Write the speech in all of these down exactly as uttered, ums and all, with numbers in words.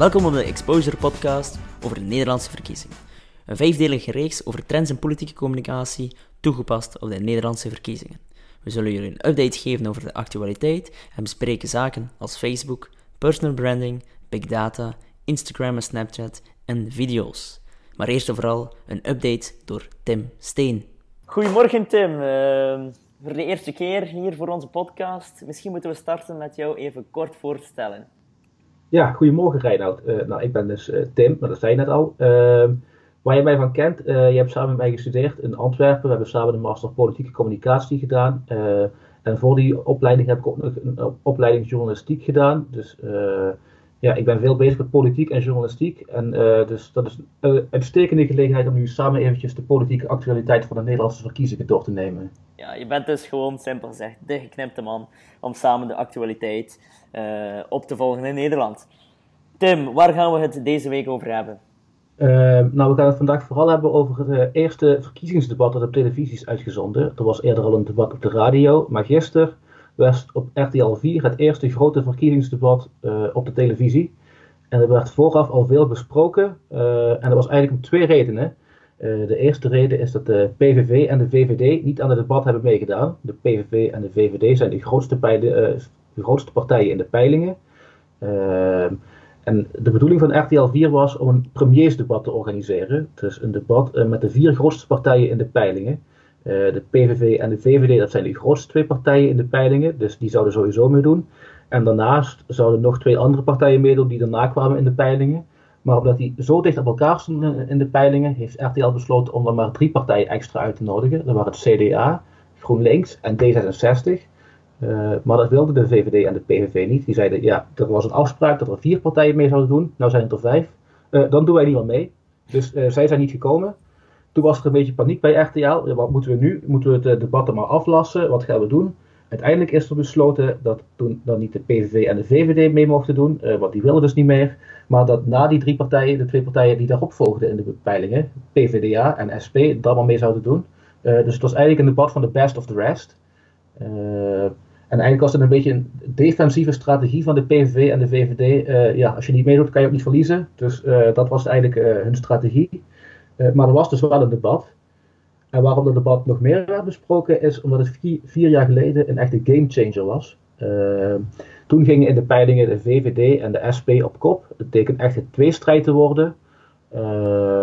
Welkom op de Exposure podcast over de Nederlandse verkiezingen. Een vijfdelige reeks over trends in politieke communicatie, toegepast op de Nederlandse verkiezingen. We zullen jullie een update geven over de actualiteit en bespreken zaken als Facebook, personal branding, big data, Instagram en Snapchat en video's. Maar eerst en vooral een update door Tim Steen. Goedemorgen Tim, uh, voor de eerste keer hier voor onze podcast. Misschien moeten we starten met jou even kort voorstellen. Ja, goedemorgen Reinoud. Uh, nou, ik ben dus uh, Tim, maar dat zei je net al. Uh, waar je mij van kent, uh, je hebt samen met mij gestudeerd in Antwerpen. We hebben samen de Master Politieke Communicatie gedaan. Uh, en voor die opleiding heb ik ook nog een opleiding journalistiek gedaan. Dus uh, ja, ik ben veel bezig met politiek en journalistiek. En uh, dus dat is een uitstekende gelegenheid om nu samen eventjes de politieke actualiteit van de Nederlandse verkiezingen door te nemen. Ja, je bent dus gewoon, simpel gezegd, de geknipte man om samen de actualiteit uh, op te volgen in Nederland. Tim, waar gaan we het deze week over hebben? Uh, nou, we gaan het vandaag vooral hebben over het eerste verkiezingsdebat dat op televisie is uitgezonden. Er was eerder al een debat op de radio, maar gisteren was op R T L vier het eerste grote verkiezingsdebat uh, op de televisie. En er werd vooraf al veel besproken uh, en dat was eigenlijk om twee redenen. Uh, de eerste reden is dat de P V V en de V V D niet aan het debat hebben meegedaan. De P V V en de V V D zijn de grootste, peile, uh, de grootste partijen in de peilingen. Uh, en de bedoeling van R T L vier was om een premiersdebat te organiseren. Dus een debat uh, met de vier grootste partijen in de peilingen. Uh, de P V V en de V V D, dat zijn de grootste twee partijen in de peilingen. Dus die zouden sowieso meedoen. En daarnaast zouden nog twee andere partijen meedoen die daarna kwamen in de peilingen. Maar omdat die zo dicht op elkaar stonden in de peilingen, heeft R T L besloten om er maar drie partijen extra uit te nodigen. Dat waren het C D A, GroenLinks en D zesenzestig. Uh, maar dat wilden de V V D en de P V V niet. Die zeiden, ja, er was een afspraak dat er vier partijen mee zouden doen. Nou zijn het er vijf. Uh, dan doen wij niet meer mee. Dus uh, zij zijn niet gekomen. Toen was er een beetje paniek bij R T L. Wat moeten we nu? Moeten we het debat er maar aflassen? Wat gaan we doen? Uiteindelijk is er besloten dat toen dan niet de P V V en de V V D mee mochten doen, uh, want die wilden dus niet meer. Maar dat na die drie partijen, de twee partijen die daarop volgden in de peilingen, P V D A en S P, dat allemaal mee zouden doen. Uh, dus het was eigenlijk een debat van de best of the rest. Uh, en eigenlijk was het een beetje een defensieve strategie van de P V V en de V V D. Uh, ja, als je niet meedoet kan je ook niet verliezen. Dus uh, dat was eigenlijk uh, hun strategie. Uh, maar er was dus wel een debat. En waarom dat debat nog meer werd besproken is omdat het vier, vier jaar geleden een echte gamechanger was. Uh, toen gingen in de peilingen de V V D en de S P op kop. Het tekent echt een tweestrijd te worden. Uh,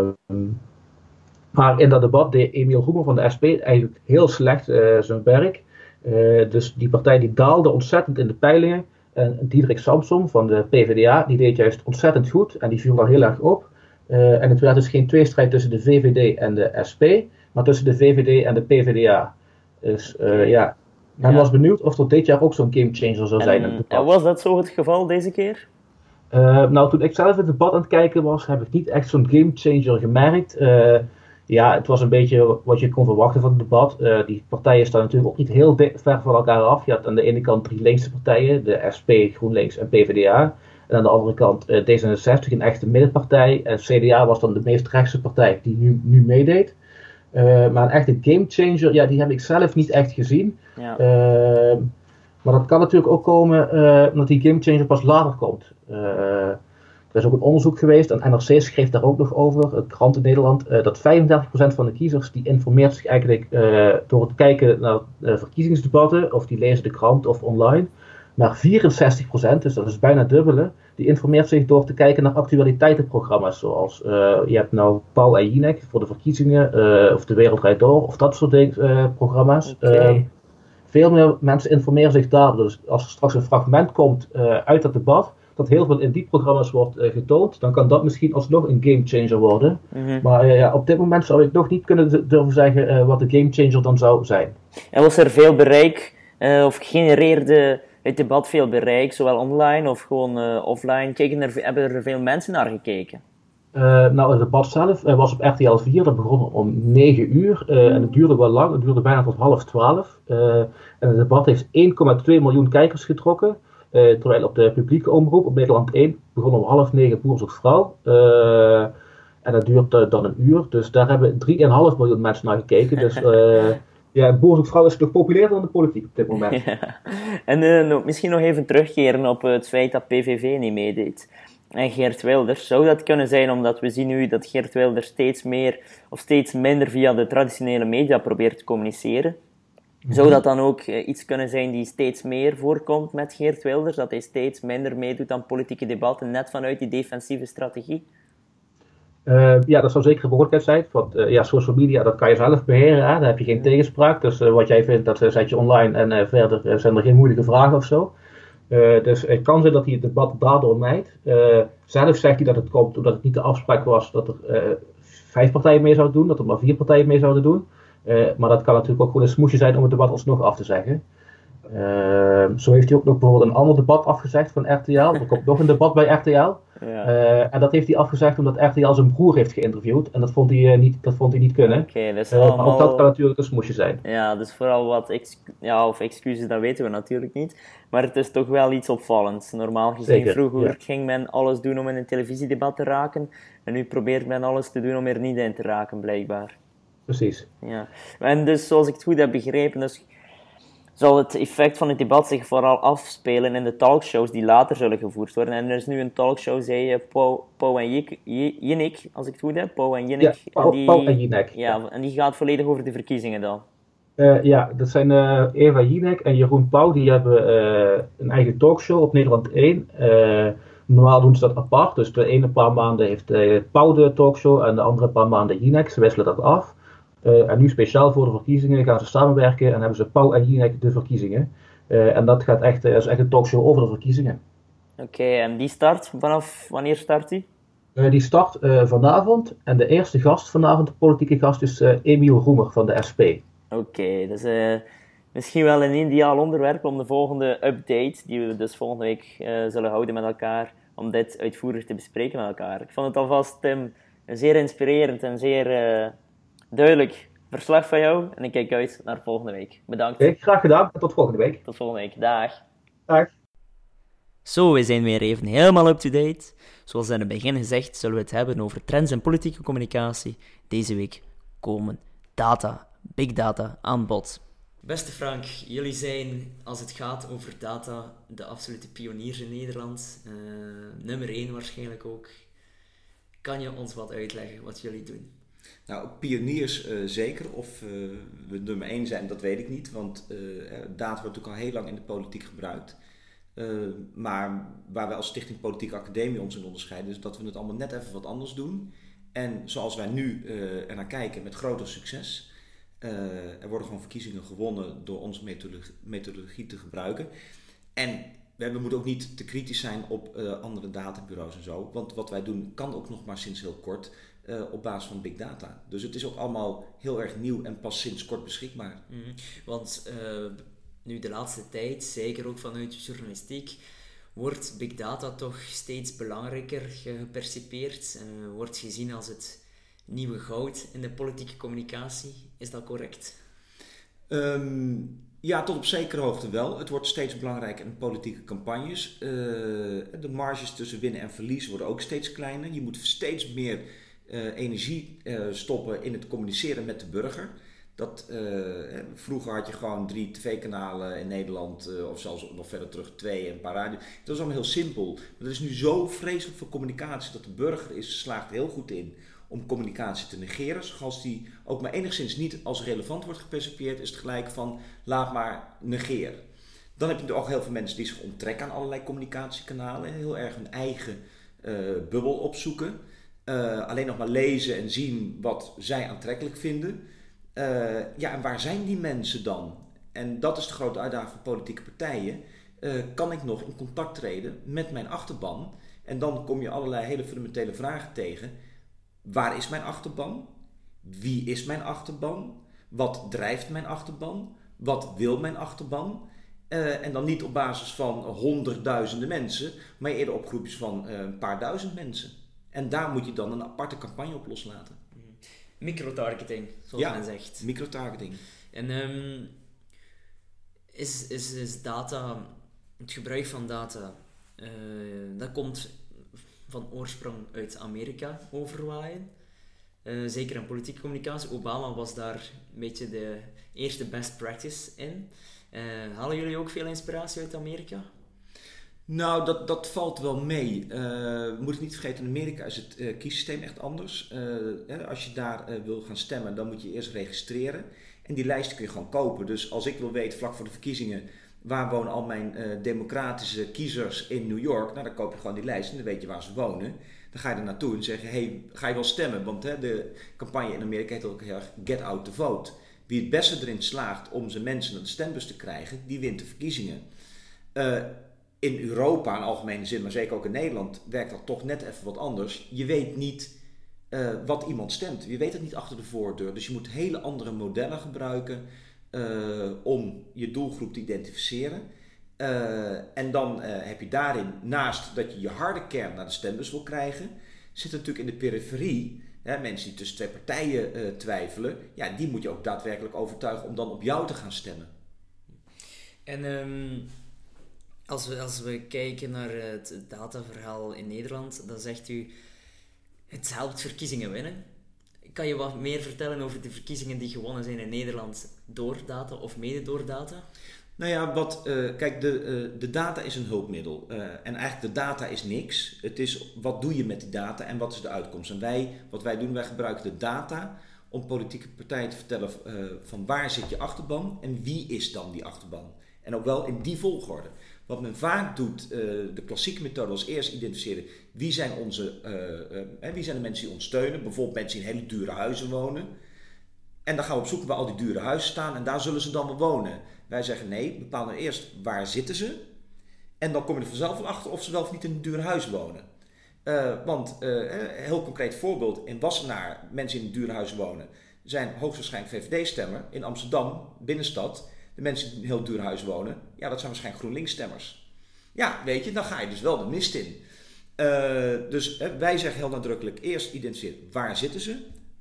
maar in dat debat deed Emiel Roemer van de S P eigenlijk heel slecht uh, zijn werk. Uh, dus die partij die daalde ontzettend in de peilingen. En Diederik Samsom van de P V D A die deed juist ontzettend goed. En die viel daar heel erg op. Uh, en het werd dus geen tweestrijd tussen de V V D en de S P. Maar tussen de V V D en de P V D A. Dus uh, ja, men ja. was benieuwd of er dit jaar ook zo'n gamechanger zou zijn. En, en was dat zo het geval deze keer? Uh, nou, toen ik zelf het debat aan het kijken was, heb ik niet echt zo'n gamechanger gemerkt. Uh, ja, het was een beetje wat je kon verwachten van het debat. Uh, die partijen staan natuurlijk ook niet heel ver van elkaar af. Je had aan de ene kant drie linkse partijen, de S P, GroenLinks en P V D A. En aan de andere kant uh, D zesenzestig, een echte middenpartij. En C D A was dan de meest rechtse partij die nu, nu meedeed. Uh, maar een echte gamechanger, ja, die heb ik zelf niet echt gezien. Ja. Uh, maar dat kan natuurlijk ook komen uh, omdat die gamechanger pas later komt. Uh, er is ook een onderzoek geweest en N R C schreef daar ook nog over, een krant in Nederland, uh, dat vijfendertig procent van de kiezers die informeert zich eigenlijk uh, door het kijken naar uh, verkiezingsdebatten, of die lezen de krant of online. Maar vierenzestig procent, dus dat is bijna dubbele, die informeert zich door te kijken naar actualiteitenprogramma's. Zoals, uh, je hebt nou Pauw en Jinek voor de verkiezingen, uh, of De Wereld Draait Door, of dat soort ding, uh, programma's. Okay. Uh, veel meer mensen informeren zich daar. Dus als er straks een fragment komt uh, uit dat debat, dat heel veel in die programma's wordt uh, getoond, dan kan dat misschien alsnog een gamechanger worden. Mm-hmm. Maar uh, ja, op dit moment zou ik nog niet kunnen durven zeggen uh, wat de gamechanger dan zou zijn. En was er veel bereik, uh, of genereerde het debat veel bereik, zowel online of gewoon uh, offline? Keken er, hebben er veel mensen naar gekeken? Uh, nou, het debat zelf uh, was op R T L vier, dat begon om negen uur uh, en het duurde wel lang, het duurde bijna tot half twaalf. Uh, en het debat heeft één komma twee miljoen kijkers getrokken, uh, terwijl op de publieke omroep op Nederland één begon om half negen Boer zoekt vrouw. Uh, en dat duurt uh, dan een uur, dus daar hebben drie komma vijf miljoen mensen naar gekeken. Dus uh, ja, Boer zoekt vrouw is toch populairder dan de politiek op dit moment. Ja. En uh, no, misschien nog even terugkeren op uh, het feit dat P V V niet meedeed. en Geert Wilders. Zou dat kunnen zijn omdat we zien nu dat Geert Wilders steeds meer of steeds minder via de traditionele media probeert te communiceren? Zou dat dan ook uh, iets kunnen zijn die steeds meer voorkomt met Geert Wilders? Dat hij steeds minder meedoet aan politieke debatten, net vanuit die defensieve strategie? Uh, ja, dat zou zeker een mogelijkheid zijn. Want uh, ja, social media, dat kan je zelf beheren. Hè? Daar heb je geen tegenspraak. Dus uh, wat jij vindt, dat uh, zet je online. En uh, verder uh, zijn er geen moeilijke vragen of zo. Uh, dus het kan zijn dat hij het debat daardoor mijdt. Uh, zelf zegt hij dat het komt omdat het niet de afspraak was dat er uh, vijf partijen mee zouden doen. Dat er maar vier partijen mee zouden doen. Uh, maar dat kan natuurlijk ook gewoon een smoesje zijn om het debat alsnog af te zeggen. Uh, zo heeft hij ook nog bijvoorbeeld een ander debat afgezegd van R T L. Er komt nog een debat bij R T L. Ja. Uh, en dat heeft hij afgezegd omdat R T L zijn broer heeft geïnterviewd. En dat vond hij, uh, niet, dat vond hij niet kunnen. Okay, dus uh, allemaal... Maar ook dat kan natuurlijk een smoesje zijn. Ja, dus vooral wat excu- ja, of excuses, dat weten we natuurlijk niet. Maar het is toch wel iets opvallends. Normaal gezien, Zeker, vroeger ja. ging men alles doen om in een televisiedebat te raken. En nu probeert men alles te doen om er niet in te raken, blijkbaar. Precies. Ja. En dus, zoals ik het goed heb begrepen, dus zal het effect van het debat zich vooral afspelen in de talkshows die later zullen gevoerd worden. En er is nu een talkshow, zei je, Pauw, Pauw en Jik, Jinek, als ik het goed heb. Pauw en Jinek. Ja, Pauw, en die, Pauw en Jinek. Ja, ja, en die gaat volledig over de verkiezingen dan. Uh, ja, dat zijn uh, Eva Jinek en Jeroen Pauw. Die hebben uh, een eigen talkshow op Nederland één. Uh, normaal doen ze dat apart. Dus de ene paar maanden heeft uh, Pauw de talkshow en de andere paar maanden Jinek. Ze wisselen dat af. Uh, en nu speciaal voor de verkiezingen gaan ze samenwerken en hebben ze Pauw en Jinek de verkiezingen. Uh, en dat gaat echt, uh, is echt een talkshow over de verkiezingen. Oké, okay, en die start, vanaf wanneer start die? Uh, die start uh, vanavond en de eerste gast vanavond, de politieke gast, is uh, Emiel Roemer van de S P. Oké, okay, dus uh, misschien wel een ideaal onderwerp om de volgende update, die we dus volgende week uh, zullen houden met elkaar, om dit uitvoerig te bespreken met elkaar. Ik vond het alvast, Tim, zeer inspirerend en zeer... Uh, Duidelijk verslag van jou en ik kijk uit naar volgende week. Bedankt. Okay, graag gedaan en tot volgende week. Tot volgende week. Dag. Dag. Zo, we zijn weer even helemaal up-to-date. Zoals in het begin gezegd, zullen we het hebben over trends en politieke communicatie. Deze week komen data, big data, aan bod. Beste Frank, jullie zijn, als het gaat over data, de absolute pioniers in Nederland. Uh, nummer één waarschijnlijk ook. Kan je ons wat uitleggen wat jullie doen? Nou, pioniers uh, zeker. Of uh, we nummer één zijn, dat weet ik niet. Want uh, data wordt natuurlijk al heel lang in de politiek gebruikt. Uh, maar waar wij als Stichting Politieke Academie ons in onderscheiden, is dat we het allemaal net even wat anders doen. En zoals wij nu uh, er naar kijken, met groter succes. Uh, er worden gewoon verkiezingen gewonnen door onze methodologie, methodologie te gebruiken. En we moeten ook niet te kritisch zijn op uh, andere databureaus en zo. Want wat wij doen kan ook nog maar sinds heel kort. Uh, op basis van big data. Dus het is ook allemaal heel erg nieuw en pas sinds kort beschikbaar. Mm-hmm. Want uh, nu de laatste tijd, zeker ook vanuit de journalistiek, wordt big data toch steeds belangrijker gepercipeerd. Uh, wordt gezien als het nieuwe goud in de politieke communicatie. Is dat correct? Um, ja, tot op zekere hoogte wel. Het wordt steeds belangrijker in politieke campagnes. Uh, de marges tussen winnen en verlies worden ook steeds kleiner. Je moet steeds meer Uh, energie uh, stoppen in het communiceren met de burger. Dat, uh, vroeger had je gewoon drie tv-kanalen in Nederland, uh, of zelfs nog verder terug twee en een paar radio. Dat was allemaal heel simpel. Maar er is nu zo vreselijk veel communicatie dat de burger is, slaagt heel goed in om communicatie te negeren. Zoals die ook maar enigszins niet als relevant wordt gepercipieerd, is het gelijk van laat maar negeren. Dan heb je ook heel veel mensen die zich onttrekken aan allerlei communicatiekanalen. Heel erg hun eigen uh, bubbel opzoeken. Uh, alleen nog maar lezen en zien wat zij aantrekkelijk vinden. Uh, ja, en waar zijn die mensen dan? En dat is de grote uitdaging van politieke partijen. Uh, kan ik nog in contact treden met mijn achterban? En dan kom je allerlei hele fundamentele vragen tegen. Waar is mijn achterban? Wie is mijn achterban? Wat drijft mijn achterban? Wat wil mijn achterban? Uh, en dan niet op basis van honderdduizenden mensen, maar eerder op groepjes van uh, een paar duizend mensen. En daar moet je dan een aparte campagne op loslaten. Microtargeting, zoals ja, men zegt. Microtargeting. En um, is, is, is data, het gebruik van data, uh, dat komt van oorsprong uit Amerika overwaaien. Uh, zeker in politieke communicatie. Obama was daar een beetje de eerste best practice in. Uh, halen jullie ook veel inspiratie uit Amerika? Nou, dat, dat valt wel mee. Uh, we moeten niet vergeten, in Amerika is het uh, kiessysteem echt anders. Uh, hè, als je daar uh, wil gaan stemmen, dan moet je eerst registreren. En die lijsten kun je gewoon kopen. Dus als ik wil weten, vlak voor de verkiezingen, waar wonen al mijn uh, democratische kiezers in New York? Nou, dan koop je gewoon die lijst en dan weet je waar ze wonen. Dan ga je er naartoe en zeggen, hey, ga je wel stemmen? Want hè, de campagne in Amerika heet ook heel erg get out the vote. Wie het beste erin slaagt om zijn mensen naar de stembus te krijgen, die wint de verkiezingen. Uh, in Europa, in algemene zin, maar zeker ook in Nederland, werkt dat toch net even wat anders. Je weet niet uh, wat iemand stemt. Je weet het niet achter de voordeur. Dus je moet hele andere modellen gebruiken uh, om je doelgroep te identificeren. Uh, en dan uh, heb je daarin, naast dat je je harde kern naar de stembus wil krijgen, zit natuurlijk in de periferie, hè, mensen die tussen twee partijen uh, twijfelen, ja, die moet je ook daadwerkelijk overtuigen om dan op jou te gaan stemmen. En um, als, we, als we kijken naar het dataverhaal in Nederland, dan zegt u, het helpt verkiezingen winnen. Kan je wat meer vertellen over de verkiezingen die gewonnen zijn in Nederland door data of mede door data? Nou ja, wat, uh, kijk, de, uh, de data is een hulpmiddel. Uh, en eigenlijk de data is niks. Het is wat doe je met die data en wat is de uitkomst. En wij, wat wij doen, wij gebruiken de data om politieke partijen te vertellen uh, van waar zit je achterban en wie is dan die achterban. En ook wel in die volgorde. Wat men vaak doet, uh, de klassieke methode was eerst identificeren wie zijn, onze, uh, uh, wie zijn de mensen die ons steunen. Bijvoorbeeld mensen die in hele dure huizen wonen. En dan gaan we op zoek waar al die dure huizen staan en daar zullen ze dan wel wonen. Wij zeggen nee, bepaal nou eerst waar zitten ze. En dan kom je er vanzelf wel achter of ze wel of niet in een duur huis wonen. Uh, want, uh, een heel concreet voorbeeld, in Wassenaar, mensen die in een duur huis wonen, zijn hoogstwaarschijnlijk V V D-stemmer. In Amsterdam, binnenstad, de mensen die in een heel duur huis wonen, ja, dat zijn waarschijnlijk GroenLinks-stemmers. Ja, weet je, dan ga je dus wel de mist in. Uh, dus uh, wij zeggen heel nadrukkelijk, eerst identificeren waar zitten ze.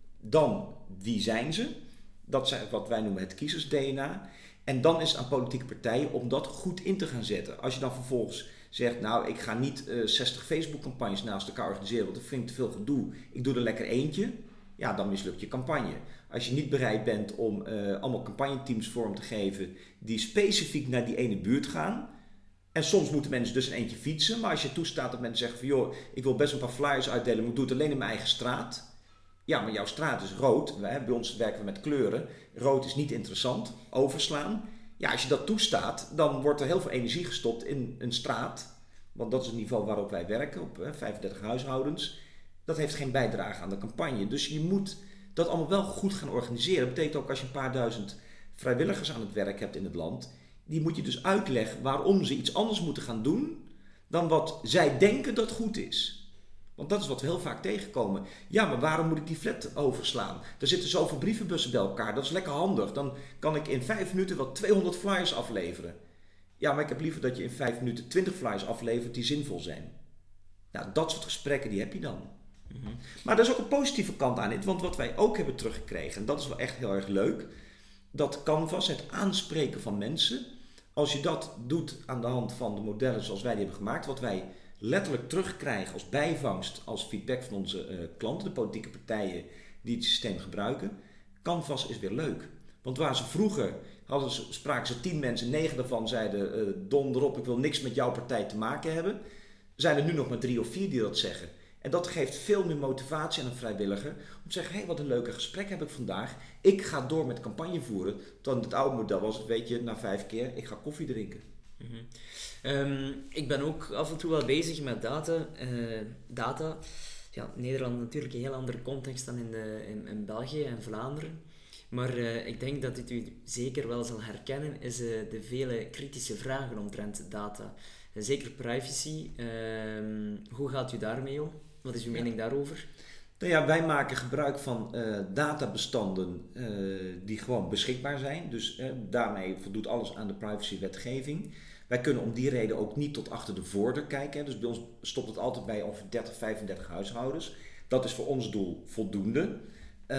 Dan, wie zijn ze? Dat zijn wat wij noemen het kiezers-D N A. En dan is het aan politieke partijen om dat goed in te gaan zetten. Als je dan vervolgens zegt, nou, ik ga niet uh, zestig Facebook-campagnes naast elkaar organiseren, want dat vind ik te veel gedoe. Ik doe er lekker eentje. Ja, dan mislukt je campagne. Als je niet bereid bent om uh, allemaal campagneteams vorm te geven die specifiek naar die ene buurt gaan. En soms moeten mensen dus in eentje fietsen. Maar als je toestaat dat mensen zeggen van, joh, ik wil best een paar flyers uitdelen, maar ik doe het alleen in mijn eigen straat. Ja, maar jouw straat is rood. Bij ons werken we met kleuren. Rood is niet interessant. Overslaan. Ja, als je dat toestaat, dan wordt er heel veel energie gestopt in een straat. Want dat is het niveau waarop wij werken, op hè, vijfendertig huishoudens. Dat heeft geen bijdrage aan de campagne. Dus je moet dat allemaal wel goed gaan organiseren. Dat betekent ook als je een paar duizend vrijwilligers aan het werk hebt in het land, die moet je dus uitleggen waarom ze iets anders moeten gaan doen dan wat zij denken dat goed is. Want dat is wat we heel vaak tegenkomen. Ja, maar waarom moet ik die flat overslaan? Er zitten zoveel brievenbussen bij elkaar. Dat is lekker handig. Dan kan ik in vijf minuten wel tweehonderd flyers afleveren. Ja, maar ik heb liever dat je in vijf minuten twintig flyers aflevert die zinvol zijn. Nou, dat soort gesprekken die heb je dan. Mm-hmm. Maar er is ook een positieve kant aan dit. Want wat wij ook hebben teruggekregen, en dat is wel echt heel erg leuk, dat Canvas, het aanspreken van mensen, als je dat doet aan de hand van de modellen zoals wij die hebben gemaakt, wat wij letterlijk terugkrijgen als bijvangst, als feedback van onze uh, klanten, de politieke partijen die het systeem gebruiken. Canvas is weer leuk. Want waar ze vroeger hadden ze, spraken ze tien mensen, negen daarvan zeiden uh, donder op, ik wil niks met jouw partij te maken hebben. Zijn er nu nog maar drie of vier die dat zeggen. En dat geeft veel meer motivatie aan een vrijwilliger om te zeggen, hé, hey, wat een leuke gesprek heb ik vandaag. Ik ga door met campagne voeren. Dan het oude model was, weet je, na vijf keer, ik ga koffie drinken. Mm-hmm. Um, ik ben ook af en toe wel bezig met data. Uh, data. Ja, Nederland natuurlijk een heel andere context dan in, de, in, in België en Vlaanderen. Maar uh, ik denk dat dit u zeker wel zal herkennen, is uh, de vele kritische vragen omtrent data. Uh, zeker privacy. Uh, hoe gaat u daarmee om? Wat is uw mening ja. daarover? Nou ja, wij maken gebruik van uh, databestanden uh, die gewoon beschikbaar zijn. Dus uh, daarmee voldoet alles aan de privacywetgeving. Wij kunnen om die reden ook niet tot achter de voordeur kijken. Hè. Dus bij ons stopt het altijd bij ongeveer dertig, vijfendertig huishoudens. Dat is voor ons doel voldoende. Uh,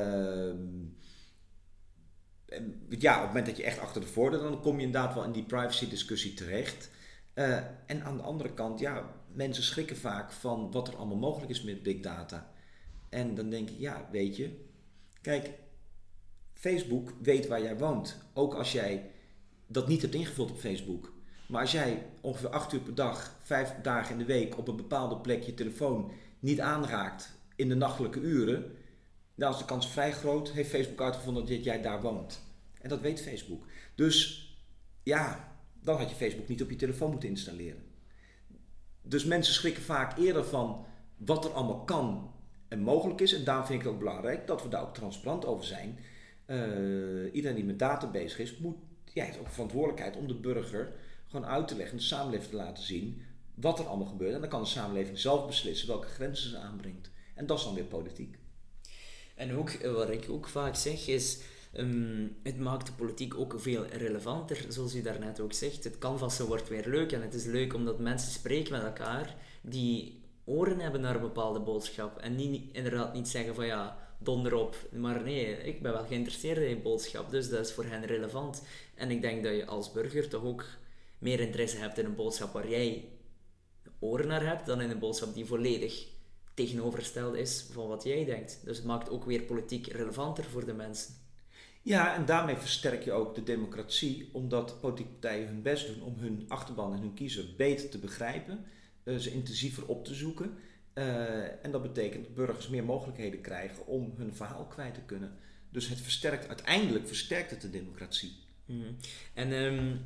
ja, op het moment dat je echt achter de voordeur, dan kom je inderdaad wel in die privacy discussie terecht. Uh, en aan de andere kant, ja, mensen schrikken vaak van wat er allemaal mogelijk is met big data. En dan denk ik, ja, weet je, kijk, Facebook weet waar jij woont. Ook als jij dat niet hebt ingevuld op Facebook. Maar als jij ongeveer acht uur per dag, vijf dagen in de week op een bepaalde plek je telefoon niet aanraakt in de nachtelijke uren, dan is de kans vrij groot, heeft Facebook uitgevonden dat jij daar woont. En dat weet Facebook. Dus ja, dan had je Facebook niet op je telefoon moeten installeren. Dus mensen schrikken vaak eerder van wat er allemaal kan en mogelijk is. En daarom vind ik het ook belangrijk dat we daar ook transparant over zijn. Uh, iedereen die met data bezig is, moet, ja, heeft ook verantwoordelijkheid om de burger gewoon uit te leggen, de samenleving te laten zien wat er allemaal gebeurt. En dan kan de samenleving zelf beslissen welke grenzen ze aanbrengt. En dat is dan weer politiek. En ook, wat ik ook vaak zeg, is um, het maakt de politiek ook veel relevanter, zoals u daarnet ook zegt. Het canvassen wordt weer leuk en het is leuk omdat mensen spreken met elkaar die oren hebben naar een bepaalde boodschap. En niet, inderdaad niet zeggen van ja, donder op. Maar nee, ik ben wel geïnteresseerd in je boodschap, dus dat is voor hen relevant. En ik denk dat je als burger toch ook meer interesse hebt in een boodschap waar jij oren naar hebt, dan in een boodschap die volledig tegenovergesteld is van wat jij denkt. Dus het maakt ook weer politiek relevanter voor de mensen. Ja, en daarmee versterk je ook de democratie, omdat politieke partijen hun best doen om hun achterban en hun kiezer beter te begrijpen, uh, ze intensiever op te zoeken. Uh, en dat betekent dat burgers meer mogelijkheden krijgen om hun verhaal kwijt te kunnen. Dus het versterkt, uiteindelijk versterkt het de democratie. Mm-hmm. En um,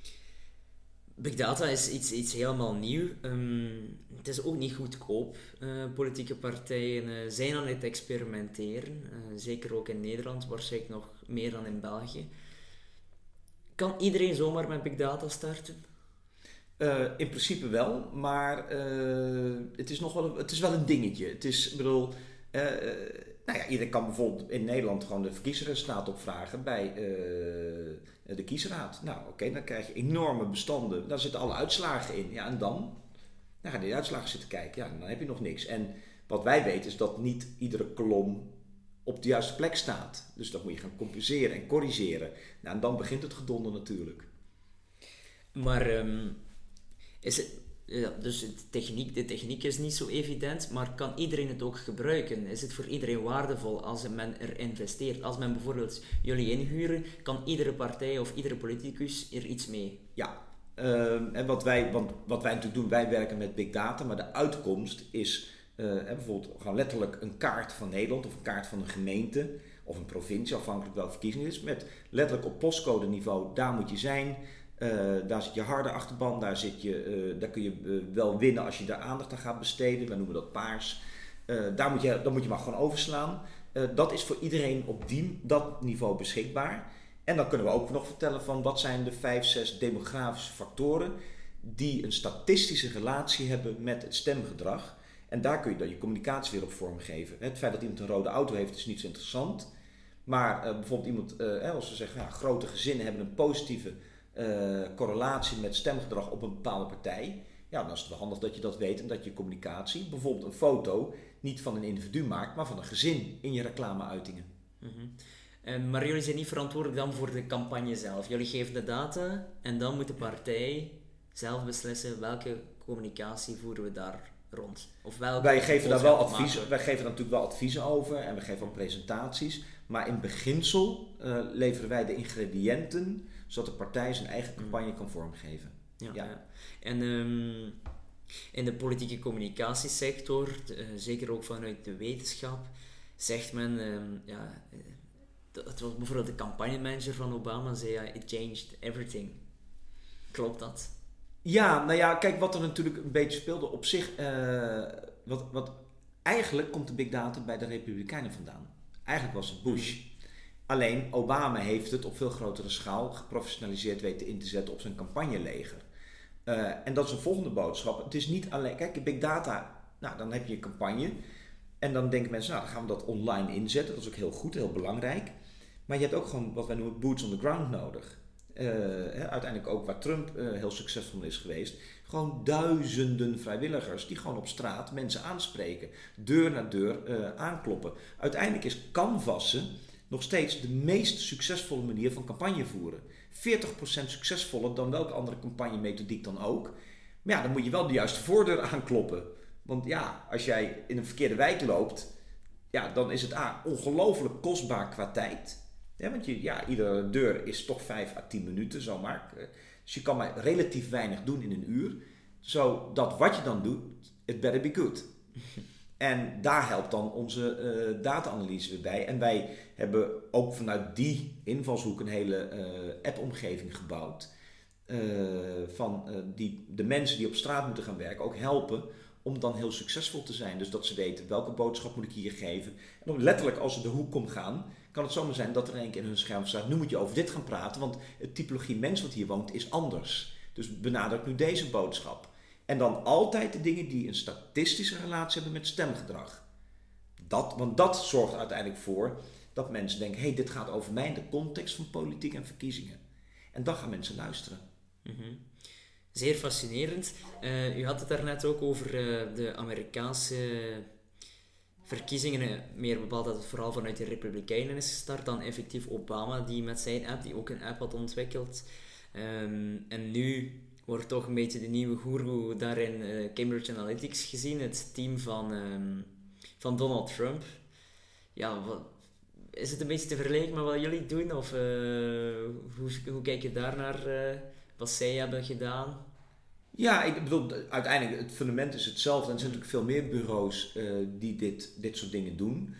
Big data is iets, iets helemaal nieuw. Um, het is ook niet goedkoop. Uh, politieke partijen uh, zijn aan het experimenteren. Uh, zeker ook in Nederland, waarschijnlijk nog meer dan in België. Kan iedereen zomaar met big data starten? Uh, in principe wel, maar uh, het is nog wel een, het is wel een dingetje. Het is, ik bedoel, uh, nou ja, iedereen kan bijvoorbeeld in Nederland gewoon de verkiezingsresultaten opvragen bij uh, de kiesraad. Nou, oké, okay, dan krijg je enorme bestanden. Daar zitten alle uitslagen in. Ja, en dan? Dan ga je die uitslagen zitten kijken. Ja, dan heb je nog niks. En wat wij weten is dat niet iedere kolom op de juiste plek staat. Dus dat moet je gaan compenseren en corrigeren. Nou, en dan begint het gedonder natuurlijk. Maar um, is het, ja, dus de techniek, de techniek is niet zo evident, maar kan iedereen het ook gebruiken? Is het voor iedereen waardevol als men er investeert? Als men bijvoorbeeld jullie inhuren, kan iedere partij of iedere politicus er iets mee? Ja, uh, en wat wij, want wat wij natuurlijk doen, wij werken met big data, maar de uitkomst is uh, bijvoorbeeld gewoon letterlijk een kaart van Nederland of een kaart van een gemeente of een provincie, afhankelijk welke verkiezing het is, met letterlijk op postcode niveau, daar moet je zijn. Uh, daar zit je harde achterban, daar, zit je, uh, daar kun je uh, wel winnen als je daar aandacht aan gaat besteden. Wij noemen dat paars. Uh, daar moet je, dan moet je maar gewoon overslaan. Uh, dat is voor iedereen op die, dat niveau beschikbaar. En dan kunnen we ook nog vertellen van wat zijn de vijf, zes demografische factoren die een statistische relatie hebben met het stemgedrag. En daar kun je dan je communicatie weer op vormgeven. Het feit dat iemand een rode auto heeft is niet zo interessant. Maar uh, bijvoorbeeld iemand, uh, als we zeggen, ja, grote gezinnen hebben een positieve Uh, correlatie met stemgedrag op een bepaalde partij. Ja, dan is het wel handig dat je dat weet en dat je communicatie, bijvoorbeeld een foto, niet van een individu maakt, maar van een gezin in je reclameuitingen. Mm-hmm. Uh, maar jullie zijn niet verantwoordelijk dan voor de campagne zelf. Jullie geven de data en dan moet de partij zelf beslissen welke communicatie voeren we daar rond. Of welke wij geven daar wel advies, wij geven daar natuurlijk wel adviezen over en we geven ook presentaties. Maar in beginsel uh, leveren wij de ingrediënten zodat de partij zijn eigen campagne kan vormgeven. Ja, ja. Ja. En um, in de politieke communicatiesector, uh, zeker ook vanuit de wetenschap, zegt men, um, ja, het was bijvoorbeeld de campagnemanager van Obama, zei ja, it changed everything. Klopt dat? Ja, nou ja, kijk wat er natuurlijk een beetje speelde op zich. Uh, wat, wat, eigenlijk komt de big data bij de Republikeinen vandaan. Eigenlijk was het Bush. Alleen Obama heeft het op veel grotere schaal geprofessionaliseerd weten in te zetten op zijn campagneleger. Uh, en dat is een volgende boodschap. Het is niet alleen, kijk, big data, nou dan heb je een campagne. En dan denken mensen, nou dan gaan we dat online inzetten. Dat is ook heel goed, heel belangrijk. Maar je hebt ook gewoon wat wij noemen boots on the ground nodig. Uh, hè, uiteindelijk ook waar Trump uh, heel succesvol is geweest. Gewoon duizenden vrijwilligers die gewoon op straat mensen aanspreken. Deur naar deur uh, aankloppen. Uiteindelijk is canvassen nog steeds de meest succesvolle manier van campagne voeren. veertig procent succesvoller dan welke andere campagnemethodiek dan ook. Maar ja, dan moet je wel de juiste voordeur aankloppen. Want ja, als jij in een verkeerde wijk loopt, ja, dan is het A, ongelooflijk kostbaar qua tijd. Ja, want je, ja, iedere deur is toch vijf à tien minuten, zomaar. Dus je kan maar relatief weinig doen in een uur, zodat wat je dan doet, it better be good. En daar helpt dan onze uh, data-analyse weer bij. En wij hebben ook vanuit die invalshoek een hele uh, app-omgeving gebouwd. Uh, van uh, die de mensen die op straat moeten gaan werken ook helpen om dan heel succesvol te zijn. Dus dat ze weten welke boodschap moet ik hier geven. En ook letterlijk als ze de hoek komt gaan, kan het zomaar zijn dat er een keer in hun scherm staat, nu moet je over dit gaan praten, want het typologie mens wat hier woont is anders. Dus benadruk nu deze boodschap. En dan altijd de dingen die een statistische relatie hebben met stemgedrag. Dat, want dat zorgt uiteindelijk voor dat mensen denken, hé, hey, dit gaat over mij in de context van politiek en verkiezingen. En dan gaan mensen luisteren. Mm-hmm. Zeer fascinerend. Uh, u had het daarnet ook over uh, de Amerikaanse verkiezingen. Meer bepaald dat het vooral vanuit de Republikeinen is gestart dan effectief Obama, die met zijn app, die ook een app had ontwikkeld. Um, en nu wordt toch een beetje de nieuwe goeroe daarin uh, Cambridge Analytica gezien, het team van, um, van Donald Trump. Ja, wat, is het een beetje te vergelijken met wat jullie doen? Of uh, hoe, hoe kijk je daar naar uh, wat zij hebben gedaan? Ja, ik bedoel, uiteindelijk het fundament is hetzelfde. En er zijn natuurlijk veel meer bureaus uh, die dit, dit soort dingen doen.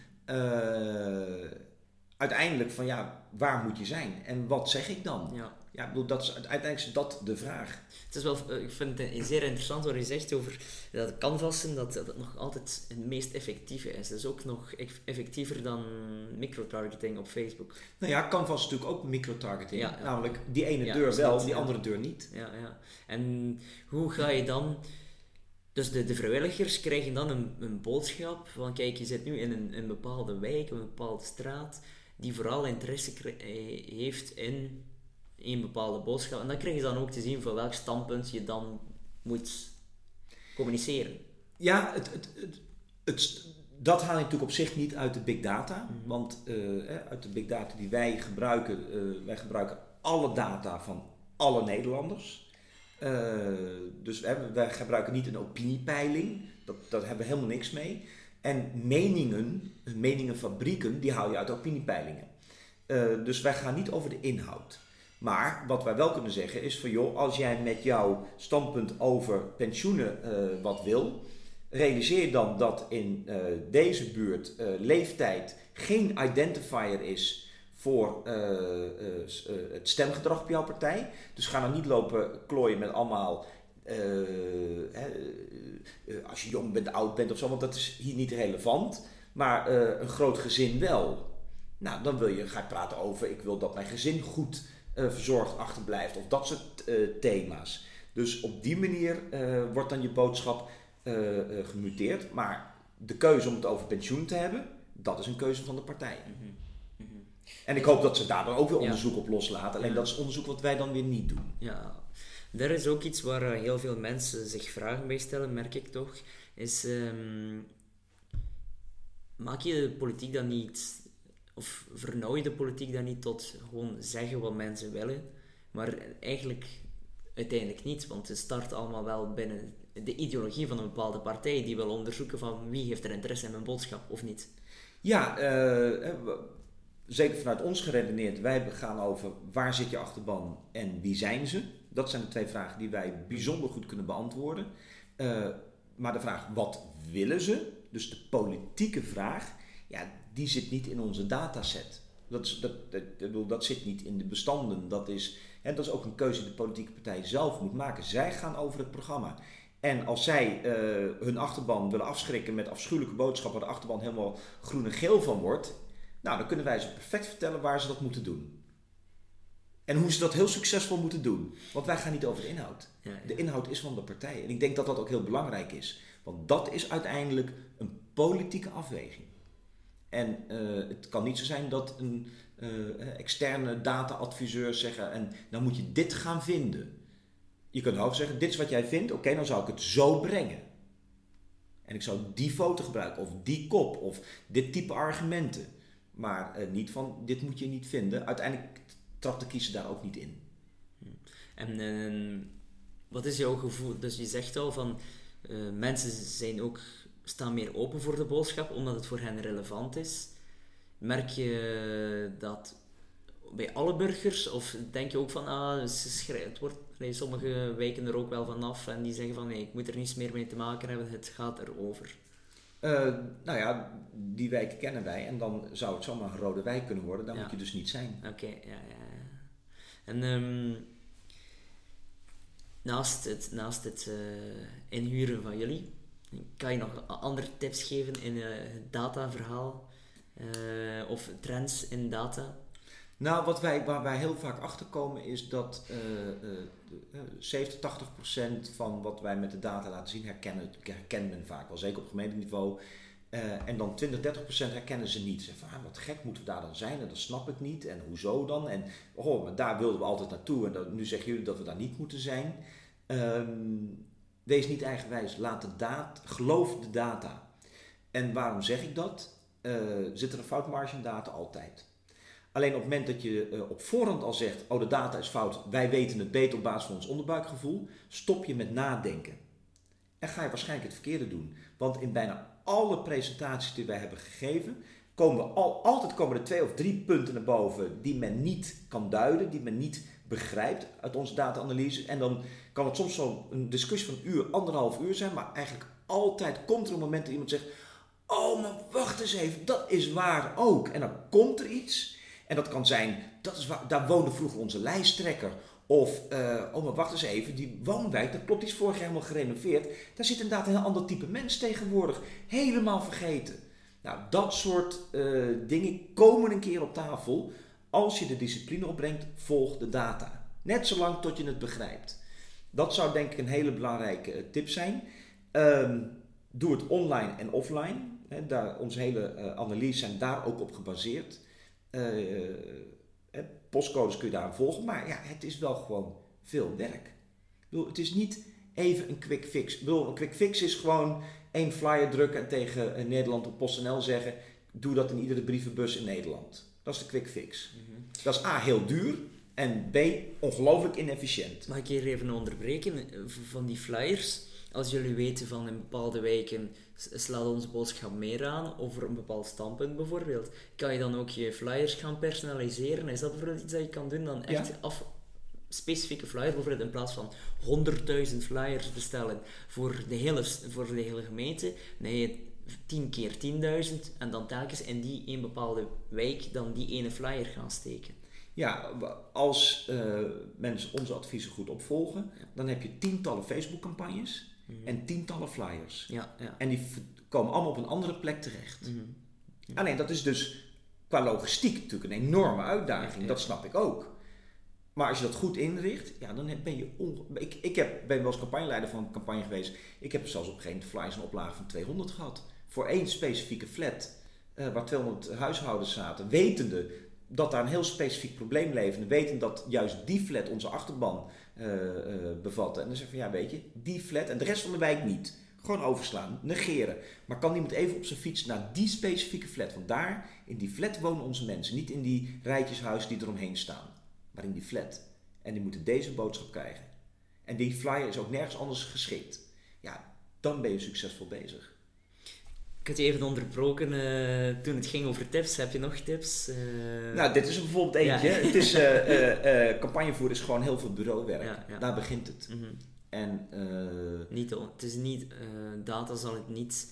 Uh, uiteindelijk van ja, waar moet je zijn? En wat zeg ik dan? Ja. Ja, ik bedoel, dat is, uiteindelijk is dat de vraag. Het is wel, ik vind het zeer interessant wat je zegt over dat canvassen, dat dat nog altijd het meest effectieve is. Dat is ook nog effectiever dan microtargeting op Facebook. Nou ja, canvas is natuurlijk ook microtargeting. Ja, ja. Namelijk die ene ja, deur wel, niet, die ja. andere deur niet. Ja, ja. En hoe ga je dan... Dus de, de vrijwilligers krijgen dan een, een boodschap van kijk, je zit nu in een, een bepaalde wijk, een bepaalde straat, die vooral interesse kre- heeft in een bepaalde boodschap. En dan krijg je dan ook te zien voor welk standpunt je dan moet communiceren. Ja, het, het, het, het, dat haal je natuurlijk op zich niet uit de big data. Mm-hmm. Want uh, uit de big data die wij gebruiken, uh, wij gebruiken alle data van alle Nederlanders. Uh, dus hè, wij gebruiken niet een opiniepeiling. Dat, daar hebben we helemaal niks mee. En meningen, meningenfabrieken, die haal je uit opiniepeilingen. Uh, dus wij gaan niet over de inhoud. Maar wat wij wel kunnen zeggen is van joh, als jij met jouw standpunt over pensioenen uh, wat wil, realiseer je dan dat in uh, deze buurt uh, leeftijd geen identifier is voor uh, uh, uh, het stemgedrag op jouw partij. Dus ga dan niet lopen klooien met allemaal, uh, uh, uh, als je jong bent, oud bent of zo, want dat is hier niet relevant. Maar uh, een groot gezin wel. Nou, dan wil je, ga je praten over, ik wil dat mijn gezin goed Uh, verzorgd achterblijft of dat soort uh, thema's. Dus op die manier uh, wordt dan je boodschap uh, uh, gemuteerd. Maar de keuze om het over pensioen te hebben, dat is een keuze van de partij. Mm-hmm. Mm-hmm. En ik hoop dat ze daar dan ook weer ja. onderzoek op loslaten. Alleen ja. dat is onderzoek wat wij dan weer niet doen. Ja, er is ook iets waar uh, heel veel mensen zich vragen bij stellen, merk ik toch. Is, um, maak je de politiek dan niet... Of vernauw je de politiek dan niet tot gewoon zeggen wat mensen willen, maar eigenlijk uiteindelijk niet, want het start allemaal wel binnen de ideologie van een bepaalde partij die wil onderzoeken van wie heeft er interesse in mijn boodschap of niet. Ja, uh, zeker vanuit ons geredeneerd, wij gaan over waar zit je achterban en wie zijn ze? Dat zijn de twee vragen die wij bijzonder goed kunnen beantwoorden. Uh, maar de vraag wat willen ze, dus de politieke vraag, ja, die zit niet in onze dataset. Dat, is, dat, dat, dat zit niet in de bestanden. Dat is, hè, dat is ook een keuze die de politieke partij zelf moet maken. Zij gaan over het programma. En als zij uh, hun achterban willen afschrikken met afschuwelijke boodschappen, waar de achterban helemaal groen en geel van wordt, nou, dan kunnen wij ze perfect vertellen waar ze dat moeten doen. En hoe ze dat heel succesvol moeten doen. Want wij gaan niet over de inhoud. Ja, ja. De inhoud is van de partij. En ik denk dat dat ook heel belangrijk is. Want dat is uiteindelijk een politieke afweging. En uh, het kan niet zo zijn dat een uh, externe data-adviseur zeggen, en dan moet je dit gaan vinden. Je kunt ook zeggen, dit is wat jij vindt, oké, okay, dan zou ik het zo brengen. En ik zou die foto gebruiken, of die kop, of dit type argumenten. Maar uh, niet van, dit moet je niet vinden. Uiteindelijk trapt de kiezer daar ook niet in. En uh, wat is jouw gevoel? Dus je zegt al van, uh, mensen zijn ook... staan meer open voor de boodschap, omdat het voor hen relevant is. Merk je dat bij alle burgers? Of denk je ook van, ah, ze schrijven, het wordt, nee, sommigen wijken er ook wel van af en die zeggen van, nee, ik moet er niets meer mee te maken hebben, het gaat erover. Uh, nou ja, die wijken kennen wij en dan zou het zomaar een rode wijk kunnen worden. Daar ja. moet je dus niet zijn. Oké, okay, ja, ja, ja. En um, naast het, naast het uh, inhuren van jullie, kan je nog andere tips geven in uh, het dataverhaal uh, of trends in data? Nou, wat wij, waar wij heel vaak achter komen is dat uh, uh, uh, zeventig, tachtig procent van wat wij met de data laten zien herkennen, herkennen men vaak wel, zeker op gemeenteniveau. Uh, en dan twintig, dertig procent herkennen ze niet. Ze zeggen van, ah, wat gek moeten we daar dan zijn en dat snap ik niet en hoezo dan? En oh, maar daar wilden we altijd naartoe en dat, nu zeggen jullie dat we daar niet moeten zijn. Um, wees niet eigenwijs, laat de data, geloof de data. En waarom zeg ik dat? Uh, zit er een foutmarge in data? Altijd. Alleen op het moment dat je uh, op voorhand al zegt, oh de data is fout, wij weten het beter op basis van ons onderbuikgevoel, stop je met nadenken. En ga je waarschijnlijk het verkeerde doen. Want in bijna alle presentaties die wij hebben gegeven, komen we al, altijd komen er twee of drie punten naar boven die men niet kan duiden, die men niet begrijpt uit onze data-analyse. En dan kan het soms zo een discussie van een uur, anderhalf uur zijn, maar eigenlijk altijd komt er een moment dat iemand zegt, oh maar wacht eens even, dat is waar ook. En dan komt er iets. En dat kan zijn, dat is waar, daar woonde vroeger onze lijsttrekker. Of, uh, oh maar wacht eens even, die woonwijk, dat klopt, die is vorig jaar helemaal gerenoveerd. Daar zit inderdaad een heel ander type mens tegenwoordig. Helemaal vergeten. Nou, dat soort uh, dingen komen een keer op tafel. Als je de discipline opbrengt, volg de data. Net zolang tot je het begrijpt. Dat zou denk ik een hele belangrijke uh, tip zijn. Um, doe het online en offline. He, daar, onze hele uh, analyse zijn daar ook op gebaseerd. Uh, uh, postcodes kun je daar volgen, maar ja, het is wel gewoon veel werk. Ik bedoel, het is niet even een quick fix. Ik bedoel, een quick fix is gewoon één flyer drukken en tegen Nederland op PostNL zeggen, doe dat in iedere brievenbus in Nederland. Dat is de quick fix. Mm-hmm. Dat is A, heel duur en B, ongelooflijk inefficiënt. Mag ik hier even onderbreken van die flyers? Als jullie weten van in bepaalde wijken slaat onze boodschap meer aan over een bepaald standpunt bijvoorbeeld, kan je dan ook je flyers gaan personaliseren? Is dat bijvoorbeeld iets dat je kan doen dan echt ja. af specifieke flyers, bijvoorbeeld in plaats van honderdduizend flyers bestellen voor de hele, voor de hele gemeente, nee, tien keer tienduizend en dan telkens in die een bepaalde wijk dan die ene flyer gaan steken? Ja, als uh, mensen onze adviezen goed opvolgen, dan heb je tientallen Facebook-campagnes mm-hmm. en tientallen flyers. Ja, ja. En die v- komen allemaal op een andere plek terecht. Mm-hmm. Ja. Alleen dat is dus qua logistiek natuurlijk een enorme uitdaging, ja, ja. Dat snap ik ook. Maar als je dat goed inricht, ja, dan ben je... Onge- ik ik heb, ben wel eens campagneleider van een campagne geweest. Ik heb zelfs op een gegeven moment flyers een oplage van tweehonderd gehad. Voor één specifieke flat, uh, waar tweehonderd huishoudens zaten, wetende dat daar een heel specifiek probleem leefde. Weten dat juist die flat onze achterban uh, uh, bevatte. En dan zeg je van, ja weet je, die flat en de rest van de wijk niet. Gewoon overslaan, negeren. Maar kan iemand even op zijn fiets naar die specifieke flat? Want daar, in die flat wonen onze mensen. Niet in die rijtjeshuizen die eromheen staan. Maar in die flat. En die moeten deze boodschap krijgen. En die flyer is ook nergens anders geschikt. Ja, dan ben je succesvol bezig. Ik had je even onderbroken uh, toen het ging over tips. Heb je nog tips? Uh... Nou, dit is er bijvoorbeeld eentje. Ja. Het is, uh, uh, uh, campagnevoeren is gewoon heel veel bureauwerk. Ja, ja. Daar begint het. Mm-hmm. En, uh... niet, het is niet, uh, data zal het niet,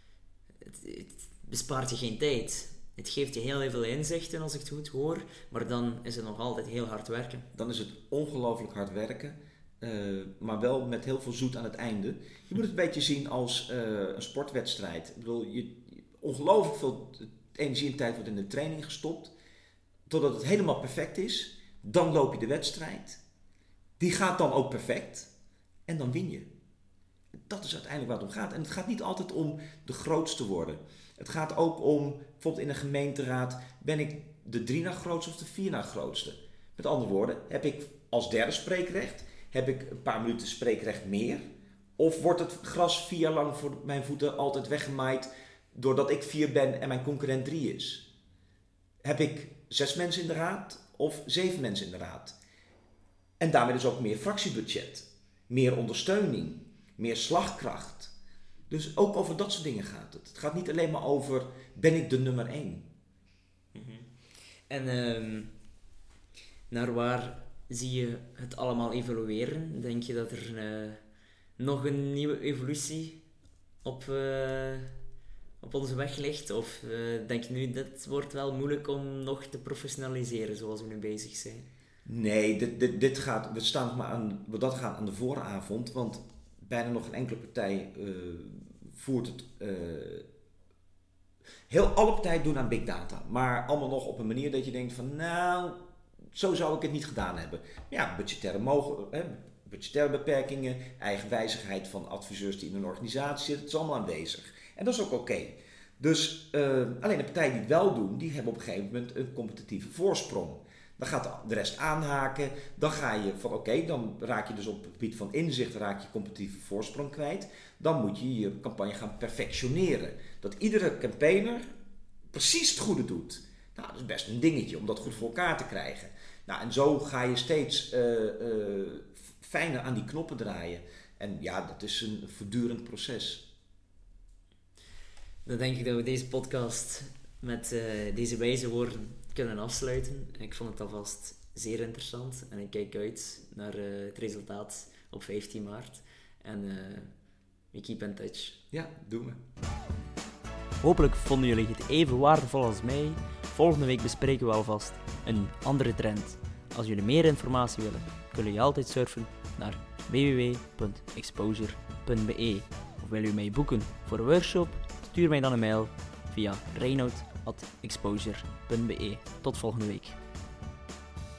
het, het bespaart je geen tijd. Het geeft je heel veel inzichten als ik het goed hoor, maar dan is het nog altijd heel hard werken. Dan is het ongelooflijk hard werken. Uh, maar wel met heel veel zoet aan het einde. Je moet het een beetje zien als uh, een sportwedstrijd. Ik bedoel, je, ongelooflijk veel energie en tijd wordt in de training gestopt. Totdat het helemaal perfect is. Dan loop je de wedstrijd. Die gaat dan ook perfect. En dan win je. Dat is uiteindelijk waar het om gaat. En het gaat niet altijd om de grootste worden. Het gaat ook om, bijvoorbeeld in een gemeenteraad, ben ik de drie na grootste of de vier na grootste? Met andere woorden, heb ik als derde spreekrecht... Heb ik een paar minuten spreekrecht meer? Of wordt het gras vier jaar lang voor mijn voeten altijd weggemaaid doordat ik vier ben en mijn concurrent drie is? Heb ik zes mensen in de raad of zeven mensen in de raad? En daarmee dus ook meer fractiebudget, meer ondersteuning, meer slagkracht. Dus ook over dat soort dingen gaat het. Het gaat niet alleen maar over, ben ik de nummer één? Mm-hmm. En... Um... naar waar zie je het allemaal evolueren? Denk je dat er uh, nog een nieuwe evolutie op, uh, op onze weg ligt? Of uh, denk je nu, dit wordt wel moeilijk om nog te professionaliseren zoals we nu bezig zijn? Nee, dit, dit, dit gaat, we staan nog maar aan, dat gaat aan de vooravond, want bijna nog geen enkele partij uh, voert het... Uh, heel alle partijen doen aan big data, maar allemaal nog op een manier dat je denkt van, nou, zo zou ik het niet gedaan hebben. Ja, budgettaire, mogen, hè, budgettaire beperkingen, eigenwijzigheid van adviseurs die in een organisatie zitten, het is allemaal aanwezig. En dat is ook oké. Okay. Dus uh, alleen de partijen die het wel doen, die hebben op een gegeven moment een competitieve voorsprong. Dan gaat de rest aanhaken, dan ga je van oké, okay, dan raak je dus op het gebied van inzicht, raak je competitieve voorsprong kwijt. Dan moet je je campagne gaan perfectioneren. Dat iedere campaigner precies het goede doet. Nou, dat is best een dingetje om dat goed voor elkaar te krijgen. Nou, en zo ga je steeds uh, uh, fijner aan die knoppen draaien. En ja, dat is een voortdurend proces. Dan denk ik dat we deze podcast met uh, deze wijze woorden kunnen afsluiten. Ik vond het alvast zeer interessant en ik kijk uit naar uh, het resultaat op vijftien maart. En uh, we keep in touch. Ja, doen we. Hopelijk vonden jullie het even waardevol als mij. Volgende week bespreken we alvast een andere trend. Als jullie meer informatie willen, kunnen jullie altijd surfen naar w w w punt exposure punt b e. Of wil je mij boeken voor een workshop? Stuur mij dan een mail via reinoud at exposure punt b e. Tot volgende week.